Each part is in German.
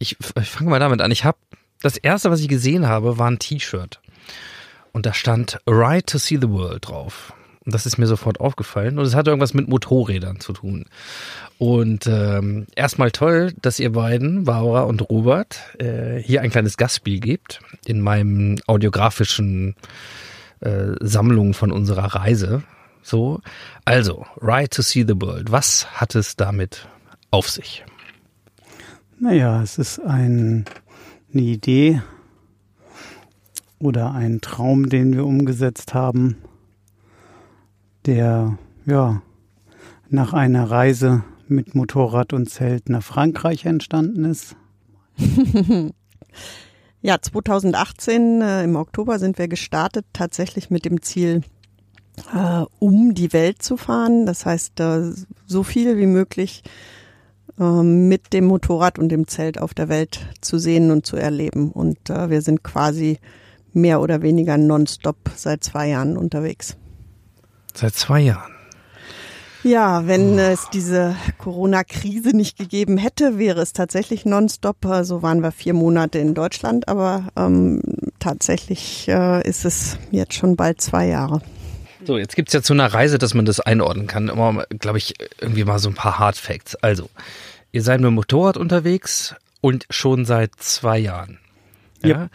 ich fange mal damit an. Das erste, was ich gesehen habe, war ein T-Shirt. Und da stand Ride to See the World drauf. Und das ist mir sofort aufgefallen. Und es hatte irgendwas mit Motorrädern zu tun. Und erstmal toll, dass ihr beiden, Barbara und Robert, hier ein kleines Gastspiel gebt in meinem audiografischen Sammlung von unserer Reise. So, also, Ride to See the World. Was hat es damit auf sich? Naja, es ist eine Idee oder ein Traum, den wir umgesetzt haben, der nach einer Reise mit Motorrad und Zelt nach Frankreich entstanden ist. Ja, 2018 im Oktober sind wir gestartet, tatsächlich mit dem Ziel, um die Welt zu fahren. Das heißt, so viel wie möglich mit dem Motorrad und dem Zelt auf der Welt zu sehen und zu erleben. Und wir sind quasi mehr oder weniger nonstop seit 2 Jahren unterwegs. Seit 2 Jahren? Ja, wenn es diese Corona-Krise nicht gegeben hätte, wäre es tatsächlich nonstop. So waren wir 4 Monate in Deutschland, aber tatsächlich ist es jetzt schon bald 2 Jahre. So, jetzt gibt's ja zu einer Reise, dass man das einordnen kann. Immer, glaube ich, irgendwie mal so ein paar Hard Facts. Also, ihr seid mit dem Motorrad unterwegs und schon seit 2 Jahren. Ja.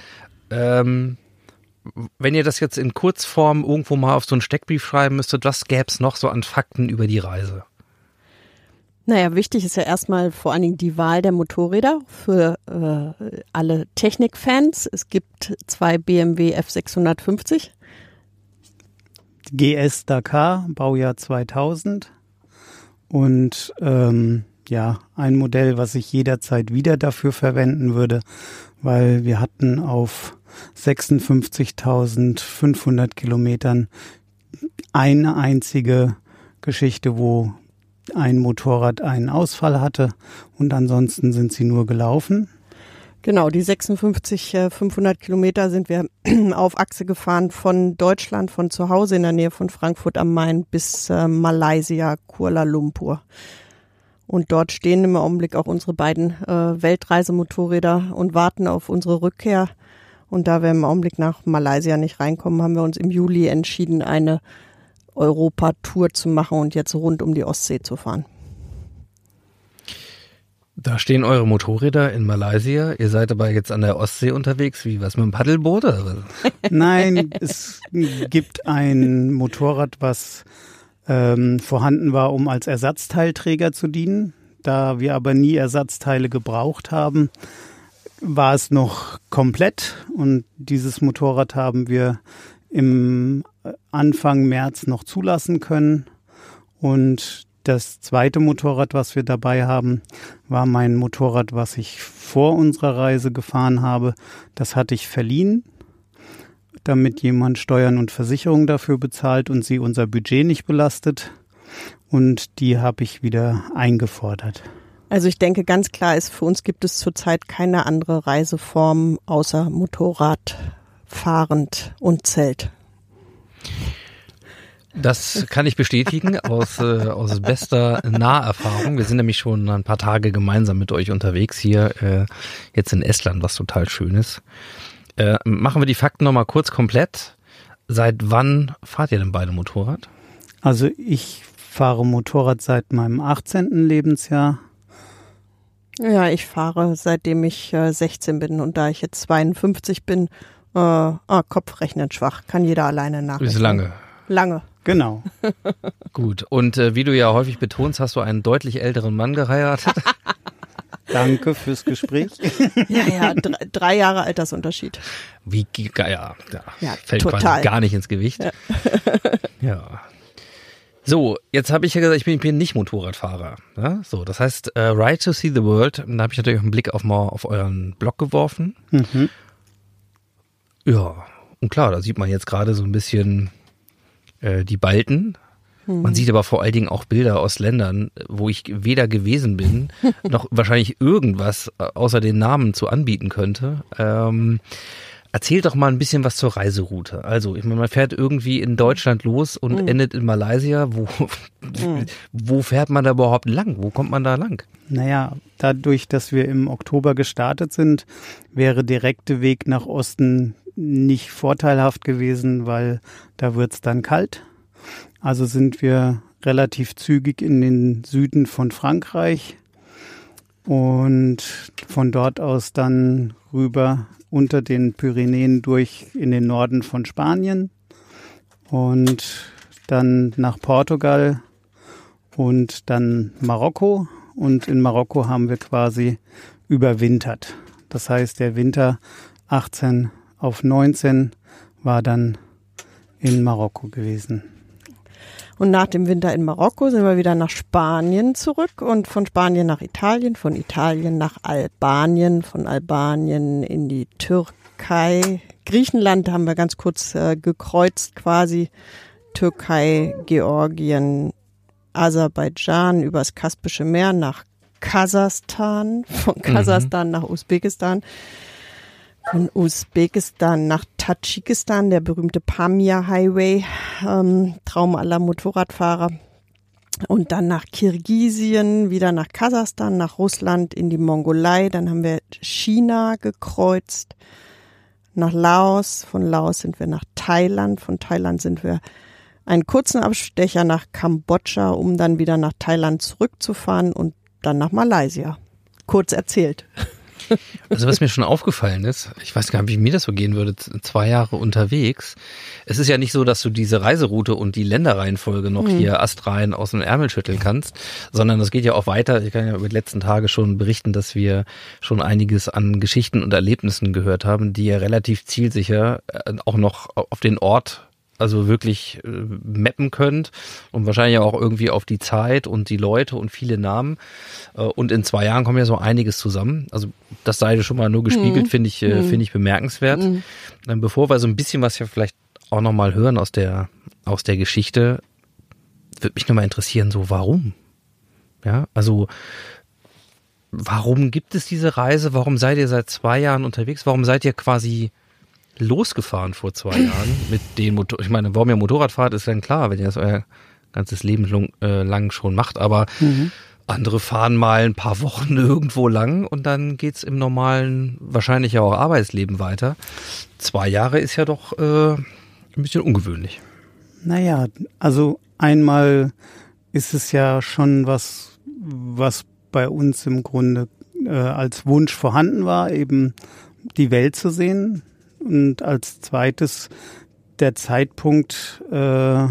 Wenn ihr das jetzt in Kurzform irgendwo mal auf so einen Steckbrief schreiben müsstet, was gäb's noch so an Fakten über die Reise? Naja, wichtig ist ja erstmal vor allen Dingen die Wahl der Motorräder für alle Technikfans. Es gibt 2 BMW F650. GS Dakar, Baujahr 2000. Und ein Modell, was ich jederzeit wieder dafür verwenden würde, weil wir hatten auf 56.500 Kilometern eine einzige Geschichte, wo ein Motorrad einen Ausfall hatte und ansonsten sind sie nur gelaufen. Genau, die 500 Kilometer sind wir auf Achse gefahren von Deutschland, von zu Hause in der Nähe von Frankfurt am Main bis Malaysia, Kuala Lumpur. Und dort stehen im Augenblick auch unsere beiden Weltreisemotorräder und warten auf unsere Rückkehr. Und da wir im Augenblick nach Malaysia nicht reinkommen, haben wir uns im Juli entschieden, eine Europa-Tour zu machen und jetzt rund um die Ostsee zu fahren. Da stehen eure Motorräder in Malaysia. Ihr seid aber jetzt an der Ostsee unterwegs. Wie, was mit dem Paddelboot? Oder? Nein, es gibt ein Motorrad, was vorhanden war, um als Ersatzteilträger zu dienen. Da wir aber nie Ersatzteile gebraucht haben, war es noch komplett. Und dieses Motorrad haben wir im Anfang März noch zulassen können. Und das zweite Motorrad, was wir dabei haben, war mein Motorrad, was ich vor unserer Reise gefahren habe. Das hatte ich verliehen, damit jemand Steuern und Versicherung dafür bezahlt und sie unser Budget nicht belastet. Und die habe ich wieder eingefordert. Also ich denke, ganz klar ist, für uns gibt es zurzeit keine andere Reiseform außer Motorrad, fahrend und Zelt. Das kann ich bestätigen aus bester Naherfahrung. Wir sind nämlich schon ein paar Tage gemeinsam mit euch unterwegs hier jetzt in Estland, was total schön ist. Machen wir die Fakten nochmal kurz komplett. Seit wann fahrt ihr denn beide Motorrad? Also ich fahre Motorrad seit meinem 18. Lebensjahr. Ja, ich fahre seitdem ich 16 bin und da ich jetzt 52 bin, Kopfrechnen schwach, kann jeder alleine nachrechnen. Ist lange. Lange. Genau. Gut, und wie du ja häufig betonst, hast du einen deutlich älteren Mann geheiratet. Danke fürs Gespräch. Ja, 3 Jahre Altersunterschied. Wie, ja, fällt total. quasi gar nicht ins Gewicht. Ja. So, jetzt habe ich ja gesagt, ich bin nicht Motorradfahrer. Ja? So, das heißt, Ride to See the World, da habe ich natürlich auch einen Blick auf euren Blog geworfen. Mhm. Ja, und klar, da sieht man jetzt gerade so ein bisschen die Balten. Man sieht aber vor allen Dingen auch Bilder aus Ländern, wo ich weder gewesen bin, noch wahrscheinlich irgendwas außer den Namen zu anbieten könnte. Erzähl doch mal ein bisschen was zur Reiseroute. Also, ich meine, man fährt irgendwie in Deutschland los und endet in Malaysia. Wo fährt man da überhaupt lang? Wo kommt man da lang? Naja, dadurch, dass wir im Oktober gestartet sind, wäre direkte Weg nach Osten nicht vorteilhaft gewesen, weil da wird's dann kalt. Also sind wir relativ zügig in den Süden von Frankreich und von dort aus dann rüber unter den Pyrenäen durch in den Norden von Spanien und dann nach Portugal und dann Marokko. Und in Marokko haben wir quasi überwintert. Das heißt, der Winter 18 auf 19 war dann in Marokko gewesen. Und nach dem Winter in Marokko sind wir wieder nach Spanien zurück und von Spanien nach Italien, von Italien nach Albanien, von Albanien in die Türkei. Griechenland haben wir ganz kurz gekreuzt quasi. Türkei, Georgien, Aserbaidschan, übers Kaspische Meer nach Kasachstan, von Kasachstan nach Usbekistan. Von Usbekistan nach Tadschikistan, der berühmte Pamir Highway, Traum aller Motorradfahrer. Und dann nach Kirgisien, wieder nach Kasachstan, nach Russland, in die Mongolei. Dann haben wir China gekreuzt, nach Laos. Von Laos sind wir nach Thailand. Von Thailand sind wir einen kurzen Abstecher nach Kambodscha, um dann wieder nach Thailand zurückzufahren und dann nach Malaysia. Kurz erzählt. Also was mir schon aufgefallen ist, ich weiß gar nicht, wie mir das so gehen würde, 2 Jahre unterwegs. Es ist ja nicht so, dass du diese Reiseroute und die Länderreihenfolge noch hier astrein aus dem Ärmel schütteln kannst, sondern das geht ja auch weiter. Ich kann ja über die letzten Tage schon berichten, dass wir schon einiges an Geschichten und Erlebnissen gehört haben, die ihr relativ zielsicher auch noch auf den Ort also wirklich mappen könnt und wahrscheinlich auch irgendwie auf die Zeit und die Leute und viele Namen. Und in 2 Jahren kommen ja so einiges zusammen. Also das sei schon mal nur gespiegelt, finde ich bemerkenswert. Bevor wir so ein bisschen was ja vielleicht auch nochmal hören aus der Geschichte, würde mich nochmal interessieren, so warum? Ja, also warum gibt es diese Reise? Warum seid ihr seit 2 Jahren unterwegs? Warum seid ihr quasi losgefahren vor 2 Jahren mit den Ich meine, warum ihr Motorrad fahrt, ist dann klar, wenn ihr das euer ganzes Leben lang schon macht, aber andere fahren mal ein paar Wochen irgendwo lang und dann geht's im normalen, wahrscheinlich ja auch Arbeitsleben weiter. 2 Jahre ist ja doch ein bisschen ungewöhnlich. Naja, also einmal ist es ja schon was bei uns im Grunde als Wunsch vorhanden war, eben die Welt zu sehen. Und als zweites der Zeitpunkt, wenn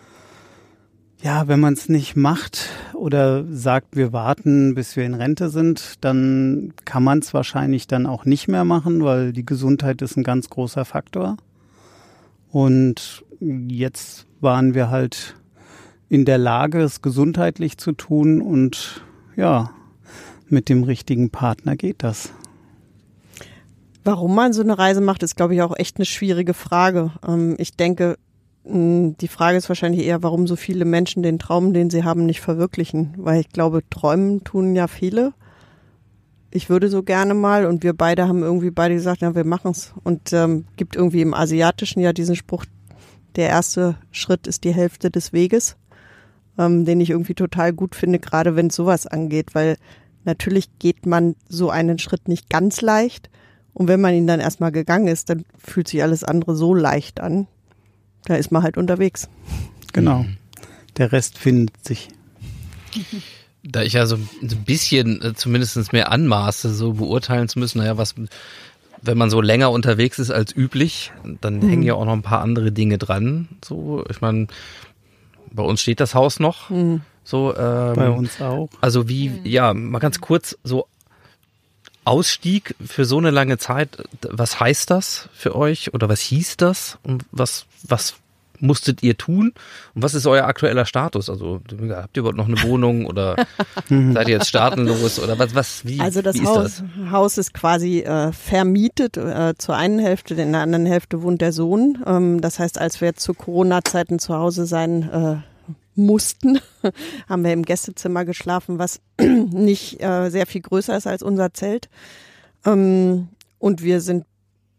man es nicht macht oder sagt, wir warten, bis wir in Rente sind, dann kann man es wahrscheinlich dann auch nicht mehr machen, weil die Gesundheit ist ein ganz großer Faktor. Und jetzt waren wir halt in der Lage, es gesundheitlich zu tun und ja, mit dem richtigen Partner geht das. Warum man so eine Reise macht, ist, glaube ich, auch echt eine schwierige Frage. Ich denke, die Frage ist wahrscheinlich eher, warum so viele Menschen den Traum, den sie haben, nicht verwirklichen. Weil ich glaube, träumen tun ja viele. Ich würde so gerne mal und wir beide haben irgendwie beide gesagt, ja, wir machen's. Und gibt irgendwie im Asiatischen ja diesen Spruch, der erste Schritt ist die Hälfte des Weges, den ich irgendwie total gut finde, gerade wenn es sowas angeht. Weil natürlich geht man so einen Schritt nicht ganz leicht. Und wenn man ihn dann erstmal gegangen ist, dann fühlt sich alles andere so leicht an. Da ist man halt unterwegs. Genau. Der Rest findet sich. Da ich ja so ein bisschen zumindest mehr anmaße, so beurteilen zu müssen, naja, was, wenn man so länger unterwegs ist als üblich, dann hängen ja auch noch ein paar andere Dinge dran. So, ich meine, bei uns steht das Haus noch. So, bei uns auch. Also mal ganz kurz so Ausstieg für so eine lange Zeit, was heißt das für euch oder was hieß das und was musstet ihr tun und was ist euer aktueller Status? Also habt ihr überhaupt noch eine Wohnung oder seid ihr jetzt staatenlos oder wie Also das wie ist Haus ist quasi vermietet zur einen Hälfte, in der anderen Hälfte wohnt der Sohn. Das heißt, als wir jetzt zu Corona-Zeiten zu Hause sein mussten, haben wir im Gästezimmer geschlafen, was nicht sehr viel größer ist als unser Zelt. Und wir sind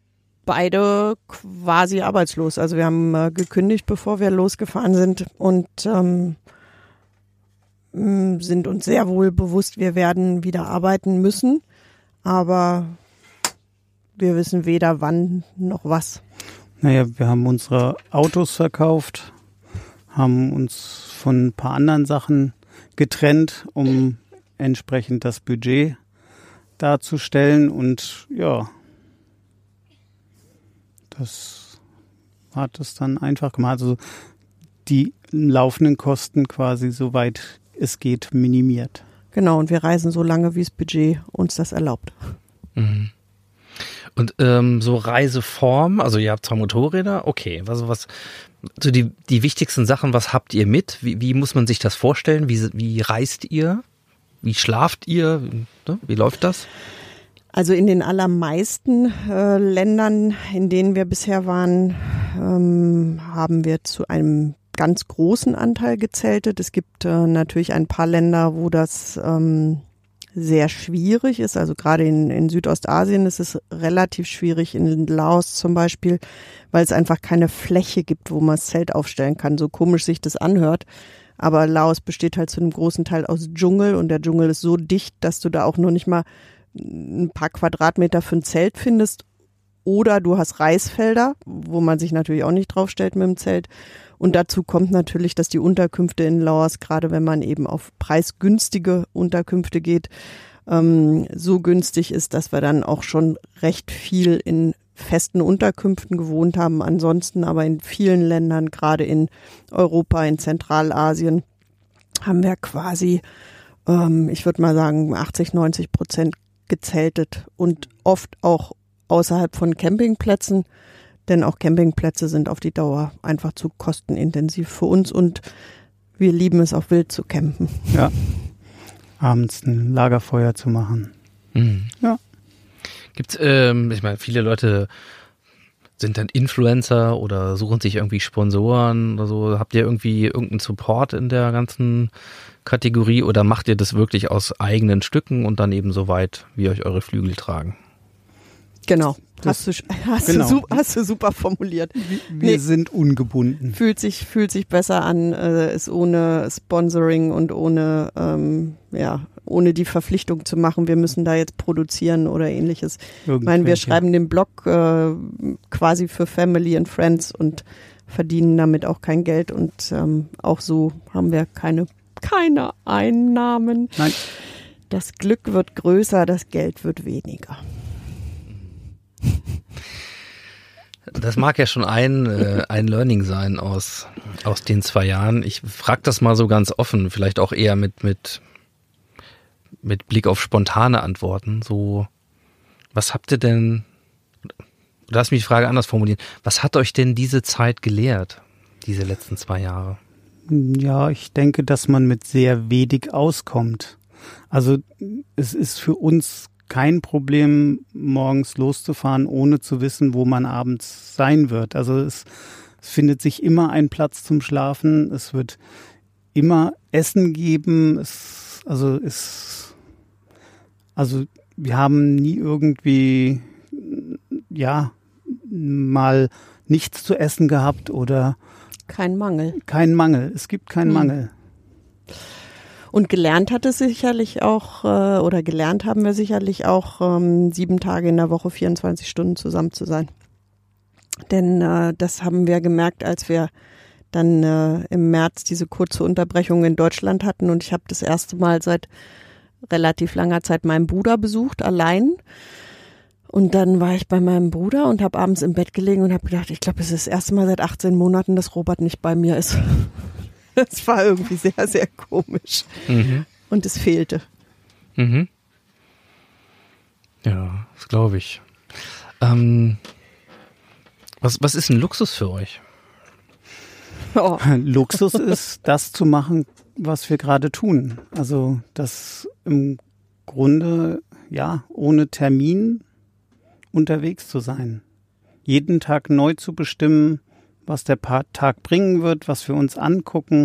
Beide quasi arbeitslos. Also wir haben gekündigt, bevor wir losgefahren sind und sind uns sehr wohl bewusst, wir werden wieder arbeiten müssen, aber wir wissen weder wann noch was. Naja, wir haben unsere Autos verkauft, haben uns von ein paar anderen Sachen getrennt, um entsprechend das Budget darzustellen und ja, das hat es dann einfach gemacht. Also die laufenden Kosten quasi soweit es geht minimiert. Genau, und wir reisen so lange, wie das Budget uns das erlaubt. Mhm. Und so Reiseform, also ihr habt zwar Motorräder, okay, also was, so die wichtigsten Sachen, was habt ihr mit? Wie muss man sich das vorstellen? Wie reist ihr? Wie schlaft ihr? Wie läuft das? Also in den allermeisten Ländern, in denen wir bisher waren, haben wir zu einem ganz großen Anteil gezeltet. Es gibt natürlich ein paar Länder, wo das sehr schwierig ist. Also gerade in Südostasien ist es relativ schwierig, in Laos zum Beispiel, weil es einfach keine Fläche gibt, wo man das Zelt aufstellen kann. So komisch sich das anhört. Aber Laos besteht halt zu einem großen Teil aus Dschungel und der Dschungel ist so dicht, dass du da auch noch nicht mal ein paar Quadratmeter für ein Zelt findest. Oder du hast Reisfelder, wo man sich natürlich auch nicht draufstellt mit dem Zelt. Und dazu kommt natürlich, dass die Unterkünfte in Laos, gerade wenn man eben auf preisgünstige Unterkünfte geht, so günstig ist, dass wir dann auch schon recht viel in festen Unterkünften gewohnt haben. Ansonsten aber in vielen Ländern, gerade in Europa, in Zentralasien, haben wir quasi, ich würde mal sagen, 80-90% gezeltet und oft auch außerhalb von Campingplätzen. Denn auch Campingplätze sind auf die Dauer einfach zu kostenintensiv für uns und wir lieben es auch wild zu campen. Ja, abends ein Lagerfeuer zu machen. Mhm. Ja. Gibt's, ich meine, viele Leute sind dann Influencer oder suchen sich irgendwie Sponsoren oder so. Habt ihr irgendwie irgendeinen Support in der ganzen Kategorie oder macht ihr das wirklich aus eigenen Stücken und dann eben so weit, wie euch eure Flügel tragen? Genau. Hast du super formuliert. Wir sind ungebunden. Fühlt sich besser an, ist ohne Sponsoring und ohne die Verpflichtung zu machen, wir müssen da jetzt produzieren oder ähnliches. Ich meine, wir schreiben den Blog quasi für Family and Friends und verdienen damit auch kein Geld und auch so haben wir keine Einnahmen. Nein. Das Glück wird größer, das Geld wird weniger. Das mag ja schon ein Learning sein aus den 2 Jahren. Ich frage das mal so ganz offen, vielleicht auch eher mit Blick auf spontane Antworten. So, was habt ihr denn, lass mich die Frage anders formulieren, was hat euch denn diese Zeit gelehrt, diese letzten 2 Jahre? Ja, ich denke, dass man mit sehr wenig auskommt. Also es ist für uns kein Problem, morgens loszufahren, ohne zu wissen, wo man abends sein wird. Also es findet sich immer ein Platz zum Schlafen. Es wird immer Essen geben. Also wir haben nie irgendwie, mal nichts zu essen gehabt oder kein Mangel. Kein Mangel. Es gibt keinen Mangel. Und gelernt hat es sicherlich auch, gelernt haben wir sicherlich auch, 7 Tage in der Woche, 24 Stunden zusammen zu sein. Denn das haben wir gemerkt, als wir dann im März diese kurze Unterbrechung in Deutschland hatten. Und ich habe das erste Mal seit relativ langer Zeit meinen Bruder besucht, allein. Und dann war ich bei meinem Bruder und habe abends im Bett gelegen und habe gedacht, ich glaube, es ist das erste Mal seit 18 Monaten, dass Robert nicht bei mir ist. Das war irgendwie sehr, sehr komisch. Mhm. Und es fehlte. Mhm. Ja, das glaube ich. Was ist ein Luxus für euch? Oh. Luxus ist, das zu machen, was wir gerade tun. Also das im Grunde, ohne Termin unterwegs zu sein. Jeden Tag neu zu bestimmen, was der Tag bringen wird, was wir uns angucken,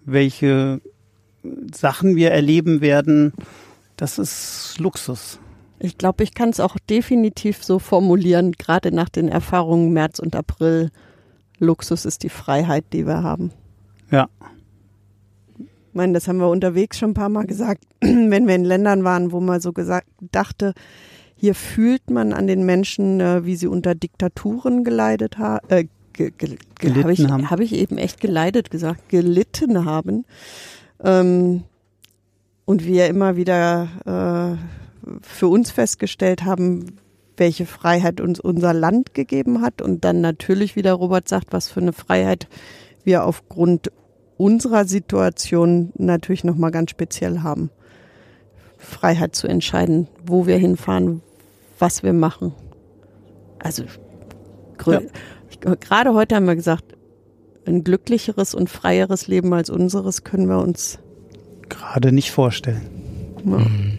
welche Sachen wir erleben werden. Das ist Luxus. Ich glaube, ich kann es auch definitiv so formulieren, gerade nach den Erfahrungen März und April. Luxus ist die Freiheit, die wir haben. Ja. Ich meine, das haben wir unterwegs schon ein paar Mal gesagt, wenn wir in Ländern waren, wo man so dachte, hier fühlt man an den Menschen, wie sie unter Diktaturen geleidet haben. Habe ich eben echt geleidet gesagt, gelitten haben. Und wir immer wieder für uns festgestellt haben, welche Freiheit uns unser Land gegeben hat. Und dann natürlich, wie der Robert sagt, was für eine Freiheit wir aufgrund unserer Situation natürlich nochmal ganz speziell haben. Freiheit zu entscheiden, wo wir hinfahren, was wir machen. Also gerade heute haben wir gesagt, ein glücklicheres und freieres Leben als unseres können wir uns gerade nicht vorstellen. Ja.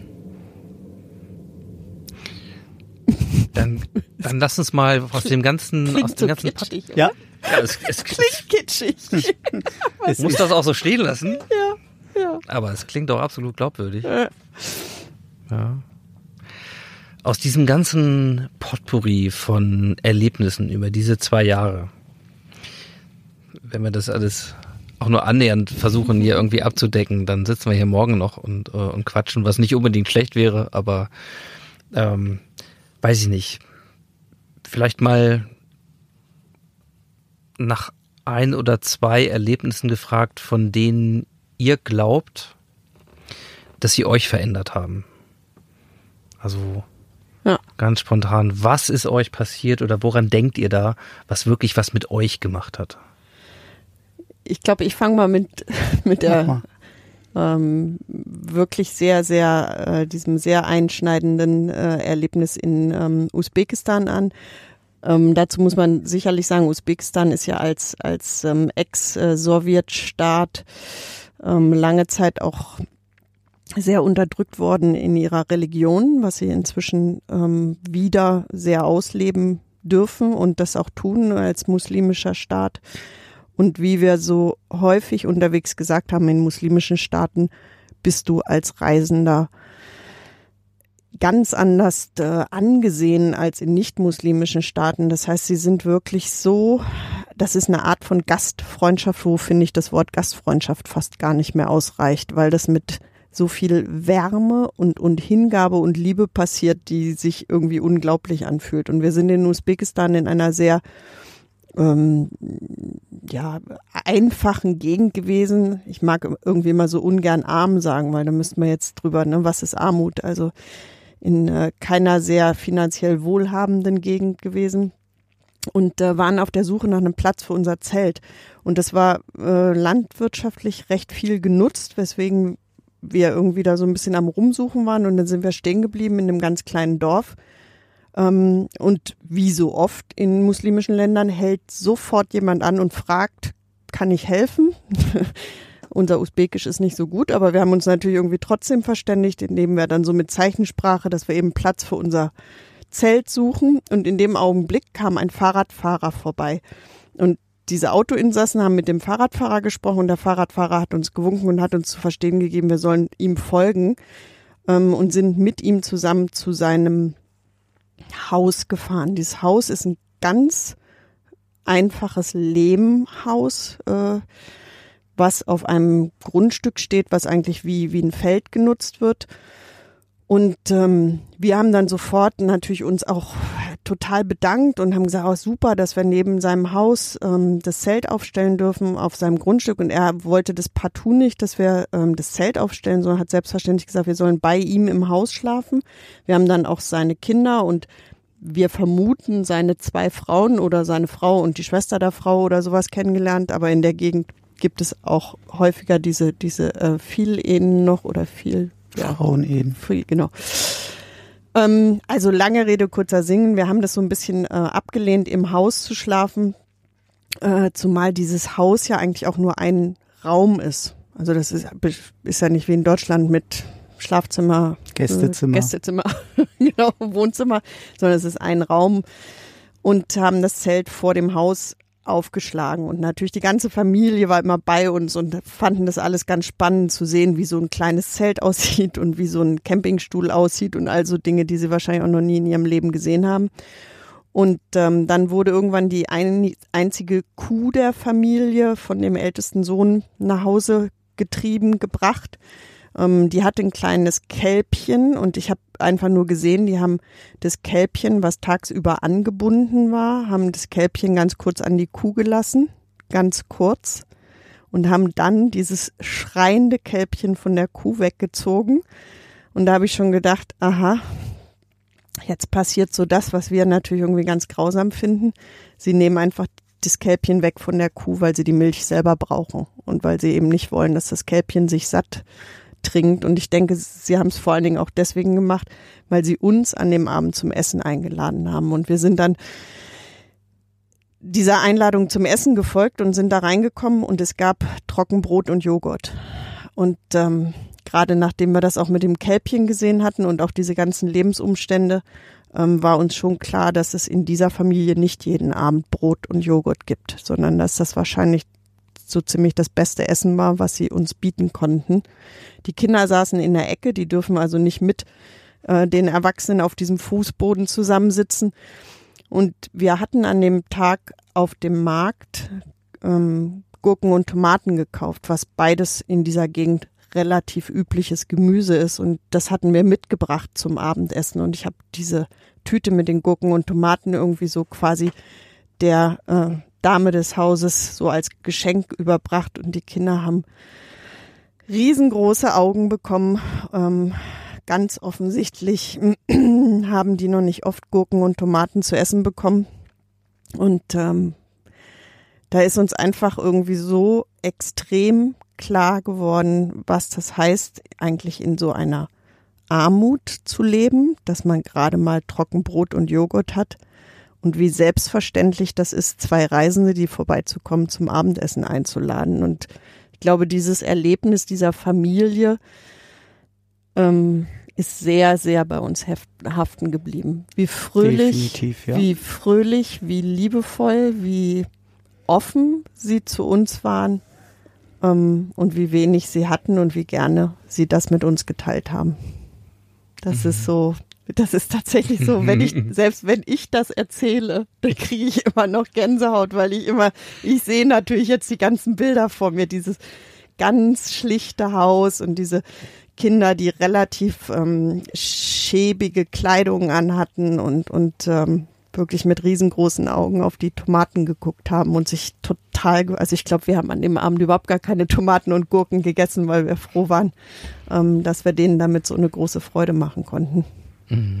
Dann lass uns mal aus dem ganzen kitschig, ja. Ja, es klingt kitschig. muss das auch so stehen lassen. Ja. Aber es klingt auch absolut glaubwürdig. Ja. Aus diesem ganzen Potpourri von Erlebnissen über diese 2 Jahre, wenn wir das alles auch nur annähernd versuchen, hier irgendwie abzudecken, dann sitzen wir hier morgen noch und quatschen, was nicht unbedingt schlecht wäre, aber weiß ich nicht. Vielleicht mal nach 1 oder 2 Erlebnissen gefragt, von denen ihr glaubt, dass sie euch verändert haben. Also ganz spontan, was ist euch passiert oder woran denkt ihr da, was wirklich was mit euch gemacht hat? Ich glaube, ich fange mal mit der wirklich sehr, sehr, diesem sehr einschneidenden Erlebnis in Usbekistan an. Dazu muss man sicherlich sagen, Usbekistan ist ja als Ex-Sowjetstaat lange Zeit auch sehr unterdrückt worden in ihrer Religion, was sie inzwischen wieder sehr ausleben dürfen und das auch tun als muslimischer Staat. Und wie wir so häufig unterwegs gesagt haben, in muslimischen Staaten bist du als Reisender ganz anders angesehen als in nicht-muslimischen Staaten. Das heißt, sie sind wirklich so, das ist eine Art von Gastfreundschaft, wo, finde ich, das Wort Gastfreundschaft fast gar nicht mehr ausreicht, weil das mit so viel Wärme und Hingabe und Liebe passiert, die sich irgendwie unglaublich anfühlt. Und wir sind in Usbekistan in einer sehr einfachen Gegend gewesen. Ich mag irgendwie immer so ungern arm sagen, weil da müsste man jetzt drüber, was ist Armut? Also in keiner sehr finanziell wohlhabenden Gegend gewesen und waren auf der Suche nach einem Platz für unser Zelt. Und das war landwirtschaftlich recht viel genutzt, weswegen wir irgendwie da so ein bisschen am Rumsuchen waren und dann sind wir stehen geblieben in einem ganz kleinen Dorf. Und wie so oft in muslimischen Ländern hält sofort jemand an und fragt, kann ich helfen? Unser Usbekisch ist nicht so gut, aber wir haben uns natürlich irgendwie trotzdem verständigt, indem wir dann so mit Zeichensprache, dass wir eben Platz für unser Zelt suchen. Und in dem Augenblick kam ein Fahrradfahrer vorbei. Und diese Autoinsassen haben mit dem Fahrradfahrer gesprochen und der Fahrradfahrer hat uns gewunken und hat uns zu verstehen gegeben, wir sollen ihm folgen und sind mit ihm zusammen zu seinem Haus gefahren. Dieses Haus ist ein ganz einfaches Lehmhaus, was auf einem Grundstück steht, was eigentlich wie ein Feld genutzt wird. Und wir haben dann sofort natürlich uns auch total bedankt und haben gesagt, oh, super, dass wir neben seinem Haus das Zelt aufstellen dürfen auf seinem Grundstück. Und er wollte das partout nicht, dass wir das Zelt aufstellen, sondern hat selbstverständlich gesagt, wir sollen bei ihm im Haus schlafen. Wir haben dann auch seine Kinder und wir vermuten seine 2 Frauen oder seine Frau und die Schwester der Frau oder sowas kennengelernt. Aber in der Gegend gibt es auch häufiger diese Vielehen noch oder Frauenehen. Genau. Also lange Rede, kurzer Sinn. Wir haben das so ein bisschen abgelehnt, im Haus zu schlafen, zumal dieses Haus ja eigentlich auch nur ein Raum ist. Also das ist ja nicht wie in Deutschland mit Schlafzimmer, Gästezimmer, genau, Wohnzimmer, sondern es ist ein Raum und haben das Zelt vor dem Haus aufgeschlagen. Und natürlich die ganze Familie war immer bei uns und fanden das alles ganz spannend zu sehen, wie so ein kleines Zelt aussieht und wie so ein Campingstuhl aussieht und all so Dinge, die sie wahrscheinlich auch noch nie in ihrem Leben gesehen haben. Und dann wurde irgendwann die einzige Kuh der Familie von dem ältesten Sohn nach Hause gebracht. Die hatte ein kleines Kälbchen und ich habe einfach nur gesehen, die haben das Kälbchen, was tagsüber angebunden war, haben das Kälbchen ganz kurz an die Kuh gelassen, ganz kurz, und haben dann dieses schreiende Kälbchen von der Kuh weggezogen. Und da habe ich schon gedacht, aha, jetzt passiert so das, was wir natürlich irgendwie ganz grausam finden. Sie nehmen einfach das Kälbchen weg von der Kuh, weil sie die Milch selber brauchen und weil sie eben nicht wollen, dass das Kälbchen sich satt trinkt. Und ich denke, sie haben es vor allen Dingen auch deswegen gemacht, weil sie uns an dem Abend zum Essen eingeladen haben. Und wir sind dann dieser Einladung zum Essen gefolgt und sind da reingekommen und es gab Trockenbrot und Joghurt. Und gerade nachdem wir das auch mit dem Kälbchen gesehen hatten und auch diese ganzen Lebensumstände, war uns schon klar, dass es in dieser Familie nicht jeden Abend Brot und Joghurt gibt, sondern dass das wahrscheinlich so ziemlich das beste Essen war, was sie uns bieten konnten. Die Kinder saßen in der Ecke, die dürfen also nicht mit den Erwachsenen auf diesem Fußboden zusammensitzen. Und wir hatten an dem Tag auf dem Markt Gurken und Tomaten gekauft, was beides in dieser Gegend relativ übliches Gemüse ist. Und das hatten wir mitgebracht zum Abendessen. Und ich habe diese Tüte mit den Gurken und Tomaten irgendwie so quasi der Dame des Hauses so als Geschenk überbracht. Und die Kinder haben riesengroße Augen bekommen. Ganz offensichtlich haben die noch nicht oft Gurken und Tomaten zu essen bekommen. Und da ist uns einfach irgendwie so extrem klar geworden, was das heißt, eigentlich in so einer Armut zu leben, dass man gerade mal Trockenbrot und Joghurt hat und wie selbstverständlich das ist, zwei Reisende, die vorbeizukommen, zum Abendessen einzuladen. Und ich glaube, dieses Erlebnis dieser Familie ist sehr, sehr bei uns haften geblieben. Wie fröhlich, definitiv, ja. wie fröhlich, wie liebevoll, wie offen sie zu uns waren und wie wenig sie hatten und wie gerne sie das mit uns geteilt haben. Das ist so, das ist tatsächlich so, selbst wenn ich das erzähle, dann kriege ich immer noch Gänsehaut, weil ich sehe natürlich jetzt die ganzen Bilder vor mir, dieses ganz schlichte Haus und diese Kinder, die relativ schäbige Kleidung anhatten und wirklich mit riesengroßen Augen auf die Tomaten geguckt haben und sich also ich glaube, wir haben an dem Abend überhaupt gar keine Tomaten und Gurken gegessen, weil wir froh waren, dass wir denen damit so eine große Freude machen konnten. Mhm.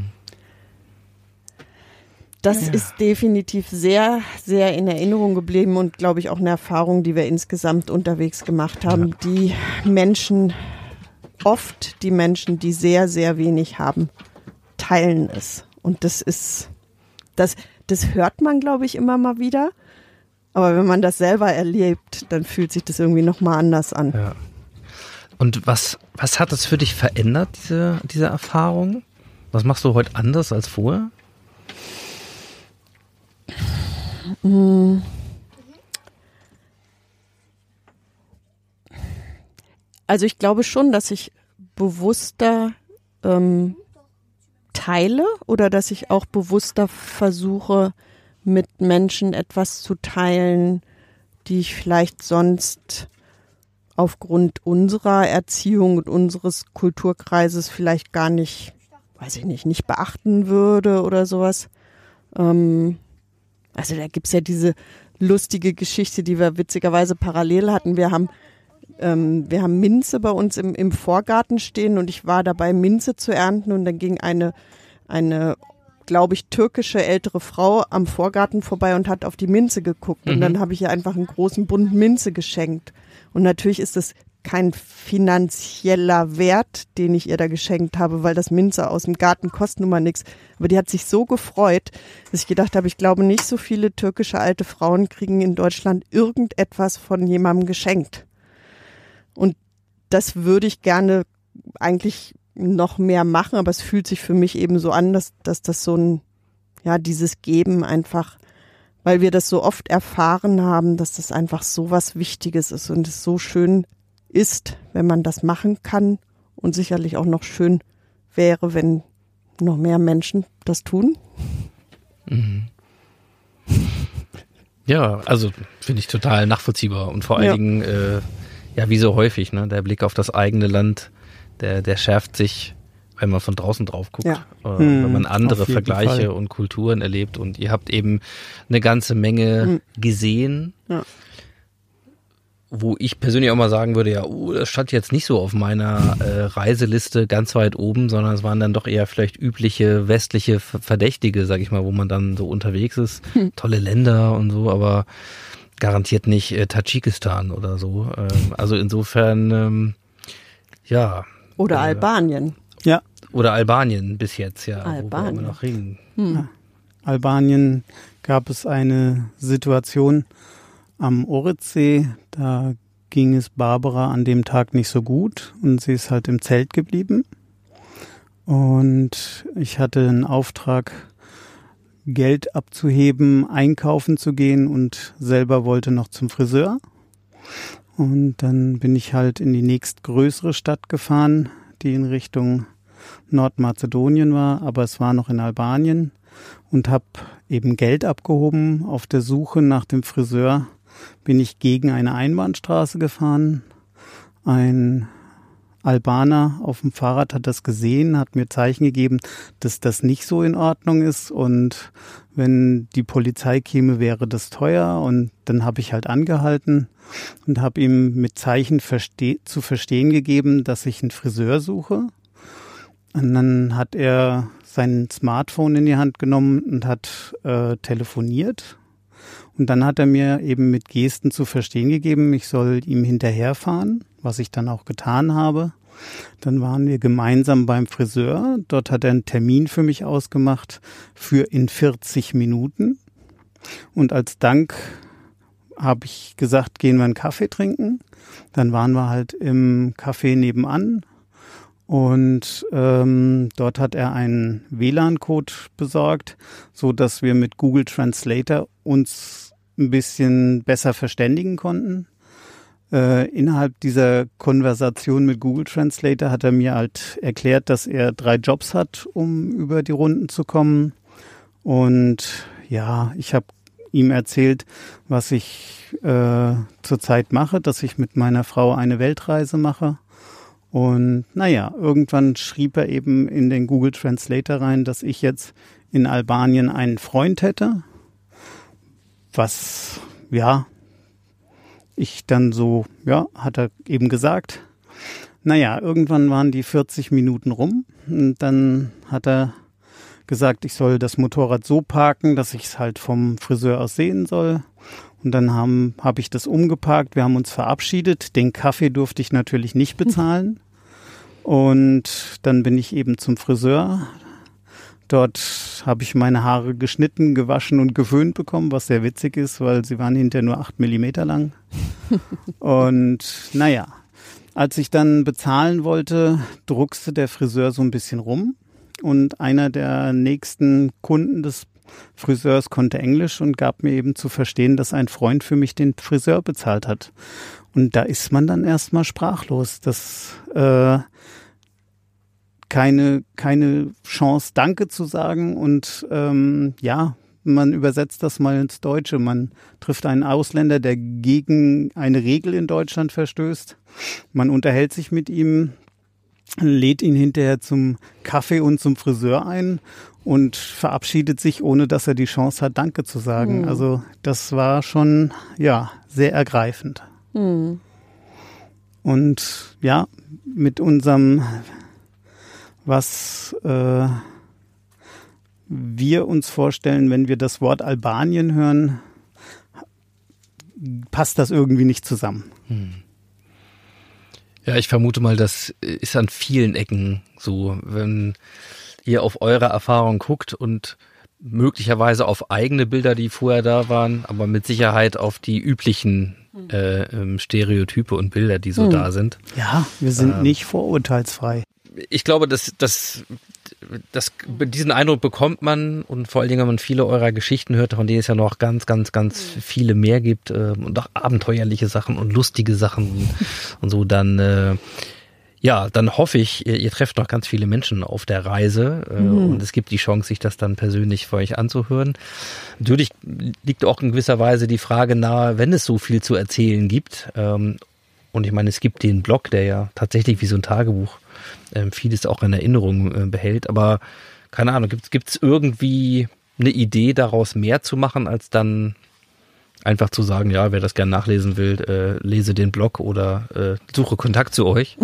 Das ist definitiv sehr, sehr in Erinnerung geblieben und glaube ich auch eine Erfahrung, die wir insgesamt unterwegs gemacht haben. Ja. Die Menschen, die sehr, sehr wenig haben, teilen es. Und das hört man, glaube ich, immer mal wieder. Aber wenn man das selber erlebt, dann fühlt sich das irgendwie nochmal anders an. Ja. Und was hat das für dich verändert, diese Erfahrung? Was machst du heute anders als vorher? Also ich glaube schon, dass ich bewusster teile oder dass ich auch bewusster versuche, mit Menschen etwas zu teilen, die ich vielleicht sonst aufgrund unserer Erziehung und unseres Kulturkreises vielleicht gar nicht, nicht beachten würde oder sowas. Also da gibt's ja diese lustige Geschichte, die wir witzigerweise parallel hatten. Wir haben Minze bei uns im Vorgarten stehen und ich war dabei, Minze zu ernten und dann ging eine glaube ich, türkische ältere Frau am Vorgarten vorbei und hat auf die Minze geguckt. Und dann habe ich ihr einfach einen großen Bund Minze geschenkt. Und natürlich ist das kein finanzieller Wert, den ich ihr da geschenkt habe, weil das Minze aus dem Garten kostet nun mal nichts. Aber die hat sich so gefreut, dass ich gedacht habe, ich glaube nicht so viele türkische alte Frauen kriegen in Deutschland irgendetwas von jemandem geschenkt. Und das würde ich gerne eigentlich noch mehr machen, aber es fühlt sich für mich eben so an, dass das so dieses Geben einfach weil wir das so oft erfahren haben, dass das einfach so was Wichtiges ist und es so schön ist, wenn man das machen kann und sicherlich auch noch schön wäre, wenn noch mehr Menschen das tun. Mhm. Ja, also finde ich total nachvollziehbar und vor allen Dingen, wie so häufig, ne, der Blick auf das eigene Land, der schärft sich, wenn man von draußen drauf guckt, wenn man andere Vergleiche und Kulturen erlebt und ihr habt eben eine ganze Menge gesehen, wo ich persönlich auch mal sagen würde, das stand jetzt nicht so auf meiner Reiseliste ganz weit oben, sondern es waren dann doch eher vielleicht übliche westliche Verdächtige, sag ich mal, wo man dann so unterwegs ist, tolle Länder und so, aber garantiert nicht Tadschikistan oder so. Also insofern, Oder Albanien. Ja. Oder Albanien bis jetzt, Albanien. Wo wir immer noch ringen. Albanien gab es eine Situation am Oritsee, da ging es Barbara an dem Tag nicht so gut und sie ist halt im Zelt geblieben. Und ich hatte einen Auftrag, Geld abzuheben, einkaufen zu gehen und selber wollte noch zum Friseur. Und dann bin ich halt in die nächstgrößere Stadt gefahren, die in Richtung Nordmazedonien war, aber es war noch in Albanien und habe eben Geld abgehoben. Auf der Suche nach dem Friseur bin ich gegen eine Einbahnstraße gefahren. Ein Albaner auf dem Fahrrad hat das gesehen, hat mir Zeichen gegeben, dass das nicht so in Ordnung ist und wenn die Polizei käme, wäre das teuer und dann habe ich halt angehalten und habe ihm mit Zeichen zu verstehen gegeben, dass ich einen Friseur suche. Und dann hat er sein Smartphone in die Hand genommen und hat telefoniert. Und dann hat er mir eben mit Gesten zu verstehen gegeben, ich soll ihm hinterherfahren, was ich dann auch getan habe. Dann waren wir gemeinsam beim Friseur. Dort hat er einen Termin für mich ausgemacht für in 40 Minuten. Und als Dank habe ich gesagt, gehen wir einen Kaffee trinken. Dann waren wir halt im Café nebenan. Und dort hat er einen WLAN-Code besorgt, so dass wir mit Google Translator uns ein bisschen besser verständigen konnten. Innerhalb dieser Konversation mit Google Translator hat er mir halt erklärt, dass er 3 Jobs hat, um über die Runden zu kommen. Und ja, ich habe ihm erzählt, was ich zurzeit mache, dass ich mit meiner Frau eine Weltreise mache. Und naja, irgendwann schrieb er eben in den Google Translator rein, dass ich jetzt in Albanien einen Freund hätte. Was, ich dann so, hat er eben gesagt. Naja, irgendwann waren die 40 Minuten rum und dann hat er gesagt, ich soll das Motorrad so parken, dass ich es halt vom Friseur aus sehen soll. Und dann habe ich das umgeparkt, wir haben uns verabschiedet. Den Kaffee durfte ich natürlich nicht bezahlen. Und dann bin ich eben zum Friseur. Dort habe ich meine Haare geschnitten, gewaschen und geföhnt bekommen, was sehr witzig ist, weil sie waren hinterher nur 8 Millimeter lang. Und naja, als ich dann bezahlen wollte, druckste der Friseur so ein bisschen rum. Und einer der nächsten Kunden des Friseurs konnte Englisch und gab mir eben zu verstehen, dass ein Freund für mich den Friseur bezahlt hat. Und da ist man dann erstmal sprachlos. Das keine Chance, Danke zu sagen. Und man übersetzt das mal ins Deutsche. Man trifft einen Ausländer, der gegen eine Regel in Deutschland verstößt. Man unterhält sich mit ihm, lädt ihn hinterher zum Kaffee und zum Friseur ein und verabschiedet sich, ohne dass er die Chance hat, Danke zu sagen. Also das war schon, sehr ergreifend. Und ja, mit unserem, was wir uns vorstellen, wenn wir das Wort Albanien hören, passt das irgendwie nicht zusammen. Ja, ich vermute mal, das ist an vielen Ecken so, wenn ihr auf eure Erfahrung guckt und möglicherweise auf eigene Bilder, die vorher da waren, aber mit Sicherheit auf die üblichen Stereotype und Bilder, die so da sind. Ja, wir sind nicht vorurteilsfrei. Ich glaube, dass diesen Eindruck bekommt man, und vor allen Dingen, wenn man viele eurer Geschichten hört, von denen es ja noch ganz, ganz, ganz viele mehr gibt, und auch abenteuerliche Sachen und lustige Sachen und so, dann dann hoffe ich, ihr trefft noch ganz viele Menschen auf der Reise und es gibt die Chance, sich das dann persönlich für euch anzuhören. Natürlich liegt auch in gewisser Weise die Frage nahe, wenn es so viel zu erzählen gibt, und ich meine, es gibt den Blog, der ja tatsächlich wie so ein Tagebuch vieles auch in Erinnerung behält, aber keine Ahnung, gibt's irgendwie eine Idee daraus mehr zu machen, als dann einfach zu sagen, ja, wer das gerne nachlesen will, lese den Blog oder suche Kontakt zu euch?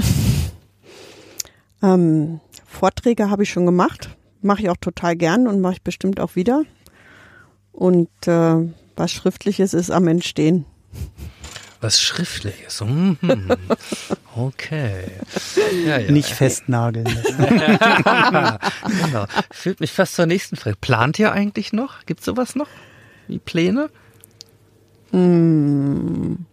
Vorträge habe ich schon gemacht, mache ich auch total gern und mache ich bestimmt auch wieder. Und was Schriftliches ist am Entstehen. Was Schriftliches. Okay. Ja. Nicht festnageln. Genau. Führt mich fast zur nächsten Frage. Plant ihr eigentlich noch? Gibt es sowas noch? Wie Pläne? Nein.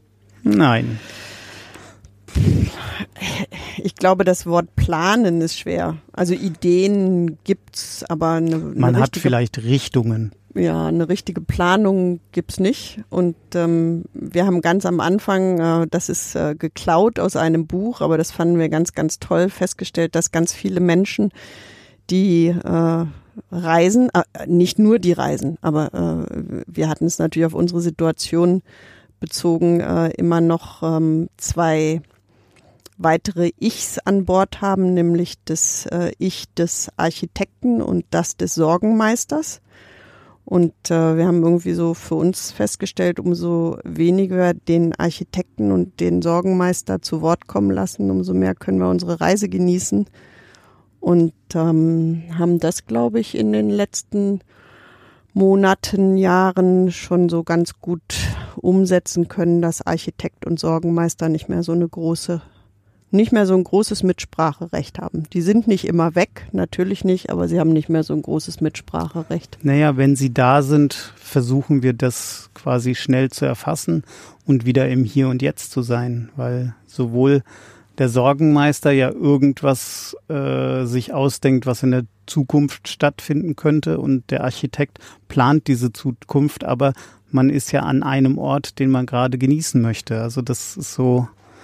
Ich glaube, das Wort planen ist schwer. Also Ideen gibt's, aber man hat vielleicht Richtungen. Ja, eine richtige Planung gibt's nicht. Und wir haben ganz am Anfang, das ist geklaut aus einem Buch, aber das fanden wir ganz, ganz toll, festgestellt, dass ganz viele Menschen, die reisen, nicht nur die reisen, aber wir hatten es natürlich auf unsere Situation bezogen, immer noch 2 weitere Ichs an Bord haben, nämlich das Ich des Architekten und das des Sorgenmeisters. Und wir haben irgendwie so für uns festgestellt, umso weniger den Architekten und den Sorgenmeister zu Wort kommen lassen, umso mehr können wir unsere Reise genießen. Und haben das, glaube ich, in den letzten Monaten, Jahren schon so ganz gut umsetzen können, dass Architekt und Sorgenmeister nicht mehr so ein großes Mitspracherecht haben. Die sind nicht immer weg, natürlich nicht, aber sie haben nicht mehr so ein großes Mitspracherecht. Naja, wenn sie da sind, versuchen wir das quasi schnell zu erfassen und wieder im Hier und Jetzt zu sein, weil sowohl der Sorgenmeister ja irgendwas sich ausdenkt, was in der Zukunft stattfinden könnte, und der Architekt plant diese Zukunft, aber man ist ja an einem Ort, den man gerade genießen möchte. Also das ist so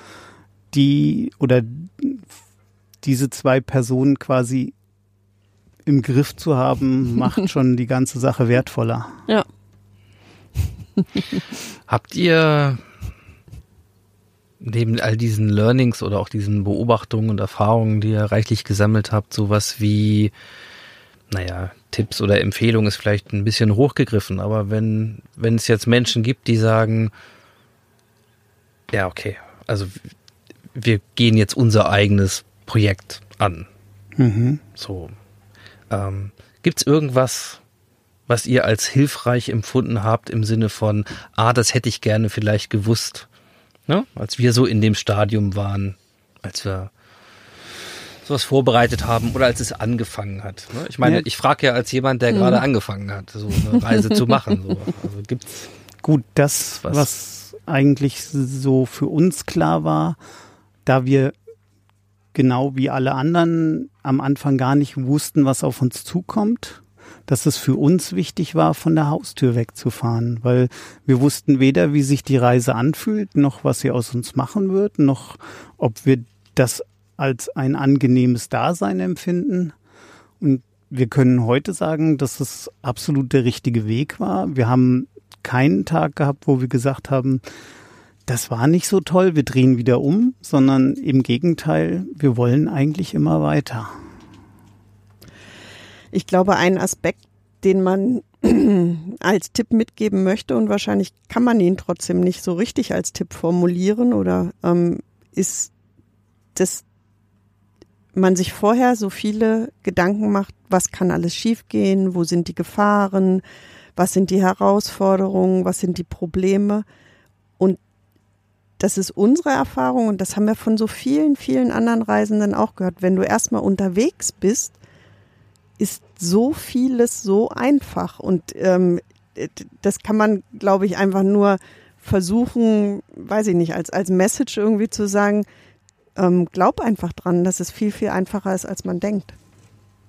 diese 2 Personen quasi im Griff zu haben, macht schon die ganze Sache wertvoller. Ja. Habt ihr neben all diesen Learnings oder auch diesen Beobachtungen und Erfahrungen, die ihr reichlich gesammelt habt, sowas wie, Tipps oder Empfehlungen ist vielleicht ein bisschen hochgegriffen, aber wenn es jetzt Menschen gibt, die sagen, ja, okay, also wir gehen jetzt unser eigenes Projekt an. So. Gibt's irgendwas, was ihr als hilfreich empfunden habt im Sinne von, das hätte ich gerne vielleicht gewusst, ne? Als wir so in dem Stadium waren, als wir sowas vorbereitet haben oder als es angefangen hat. Ne? Ich meine, ich frage ja als jemand, der gerade angefangen hat, so eine Reise zu machen. So. Also gibt's gut, das, was eigentlich so für uns klar war, da wir genau wie alle anderen am Anfang gar nicht wussten, was auf uns zukommt, dass es für uns wichtig war, von der Haustür wegzufahren, weil wir wussten weder, wie sich die Reise anfühlt, noch was sie aus uns machen wird, noch ob wir das als ein angenehmes Dasein empfinden. Und wir können heute sagen, dass es absolut der richtige Weg war. Wir haben keinen Tag gehabt, wo wir gesagt haben, das war nicht so toll, wir drehen wieder um, sondern im Gegenteil, wir wollen eigentlich immer weiter. Ich glaube, ein Aspekt, den man als Tipp mitgeben möchte, und wahrscheinlich kann man ihn trotzdem nicht so richtig als Tipp formulieren, oder ist, dass man sich vorher so viele Gedanken macht, was kann alles schiefgehen, wo sind die Gefahren, was sind die Herausforderungen, was sind die Probleme. Und das ist unsere Erfahrung, und das haben wir von so vielen, vielen anderen Reisenden auch gehört. Wenn du erstmal unterwegs bist, ist so vieles so einfach, und das kann man, glaube ich, einfach nur versuchen, weiß ich nicht, als Message irgendwie zu sagen, glaub einfach dran, dass es viel, viel einfacher ist, als man denkt.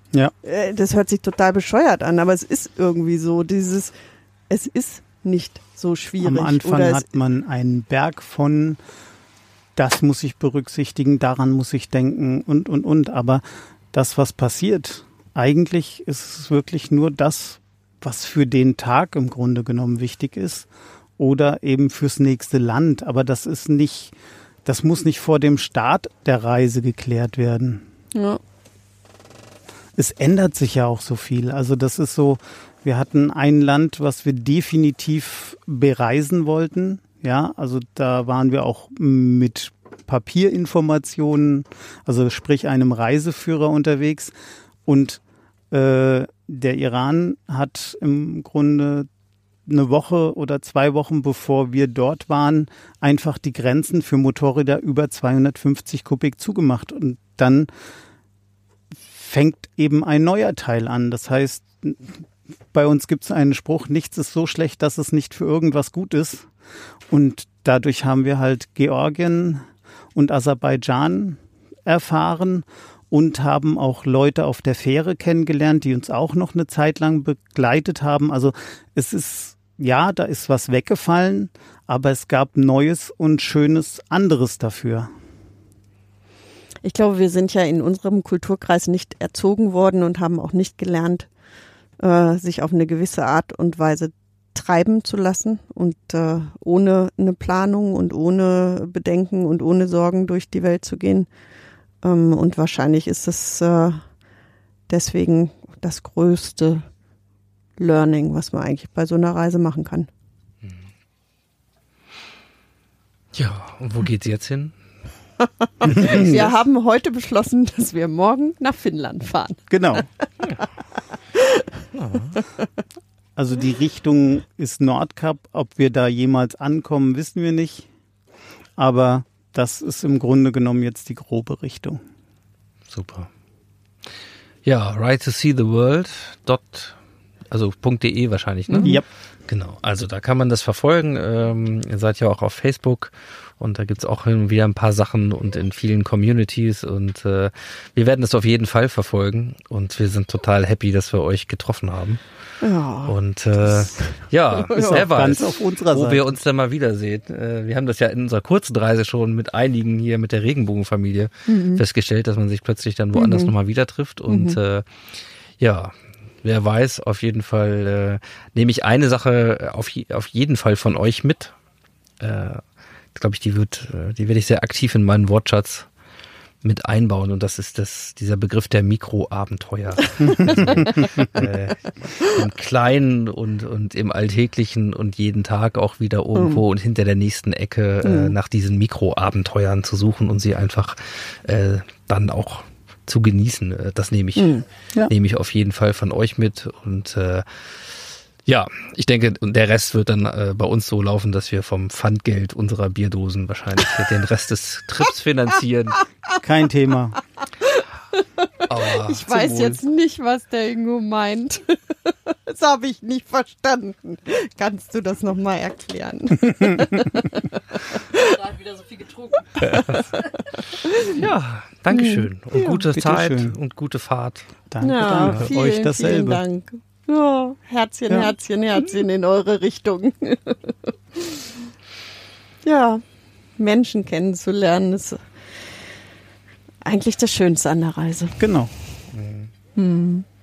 Ja. Das hört sich total bescheuert an, aber es ist irgendwie so, es ist nicht so schwierig. Am Anfang hat man einen Berg von, das muss ich berücksichtigen, daran muss ich denken und. Aber das, was passiert, eigentlich ist es wirklich nur das, was für den Tag im Grunde genommen wichtig ist oder eben fürs nächste Land. Aber das muss nicht vor dem Start der Reise geklärt werden. Ja. Es ändert sich ja auch so viel. Also das ist so, wir hatten ein Land, was wir definitiv bereisen wollten. Ja, also da waren wir auch mit Papierinformationen, also sprich einem Reiseführer unterwegs. Und der Iran hat im Grunde eine Woche oder 2 Wochen, bevor wir dort waren, einfach die Grenzen für Motorräder über 250 Kubik zugemacht. Und dann fängt eben ein neuer Teil an. Das heißt, bei uns gibt es einen Spruch, nichts ist so schlecht, dass es nicht für irgendwas gut ist. Und dadurch haben wir halt Georgien und Aserbaidschan erfahren und haben auch Leute auf der Fähre kennengelernt, die uns auch noch eine Zeit lang begleitet haben. Also es ist, ja, da ist was weggefallen, aber es gab Neues und Schönes anderes dafür. Ich glaube, wir sind ja in unserem Kulturkreis nicht erzogen worden und haben auch nicht gelernt, sich auf eine gewisse Art und Weise treiben zu lassen und ohne eine Planung und ohne Bedenken und ohne Sorgen durch die Welt zu gehen. Und wahrscheinlich ist es deswegen das größte Learning, was man eigentlich bei so einer Reise machen kann. Ja, und wo geht's jetzt hin? Wir haben heute beschlossen, dass wir morgen nach Finnland fahren. Genau. Also die Richtung ist Nordkap. Ob wir da jemals ankommen, wissen wir nicht. Aber das ist im Grunde genommen jetzt die grobe Richtung. Super. Ja, Right to See the World. Also .de wahrscheinlich, ne? Ja. Genau, also da kann man das verfolgen. Ihr seid ja auch auf Facebook und da gibt's auch hin und wieder ein paar Sachen und in vielen Communities und wir werden das auf jeden Fall verfolgen und wir sind total happy, dass wir euch getroffen haben. Ja. Und ja, wer weiß, ganz auf unserer wo Seite. wir uns dann mal wiedersehen. Wir haben das ja in unserer kurzen Reise schon mit einigen hier mit der Regenbogenfamilie festgestellt, dass man sich plötzlich dann woanders nochmal wieder trifft und ja, wer weiß, auf jeden Fall nehme ich eine Sache auf jeden Fall von euch mit. Glaube ich, die werde ich sehr aktiv in meinen Wortschatz mit einbauen und das ist dieser Begriff der Mikroabenteuer. Also, im Kleinen und im Alltäglichen und jeden Tag auch wieder irgendwo und hinter der nächsten Ecke nach diesen Mikroabenteuern zu suchen und sie einfach dann auch zu genießen. Das nehme ich auf jeden Fall von euch mit und ja, ich denke, der Rest wird dann bei uns so laufen, dass wir vom Pfandgeld unserer Bierdosen wahrscheinlich den Rest des Trips finanzieren. Kein Thema. Aber Ich weiß jetzt nicht, was der Ingo meint. Das habe ich nicht verstanden. Kannst du das nochmal erklären? Da hat wieder so viel getrunken. ja, Dankeschön und gute Zeit bitteschön. und gute Fahrt. Danke, Ja, danke. vielen, Euch dasselbe. Vielen Dank. Ja, Herzchen, Ja. Herzchen, Herzchen in eure Richtung. Ja, Menschen kennenzulernen ist eigentlich das Schönste an der Reise. Genau.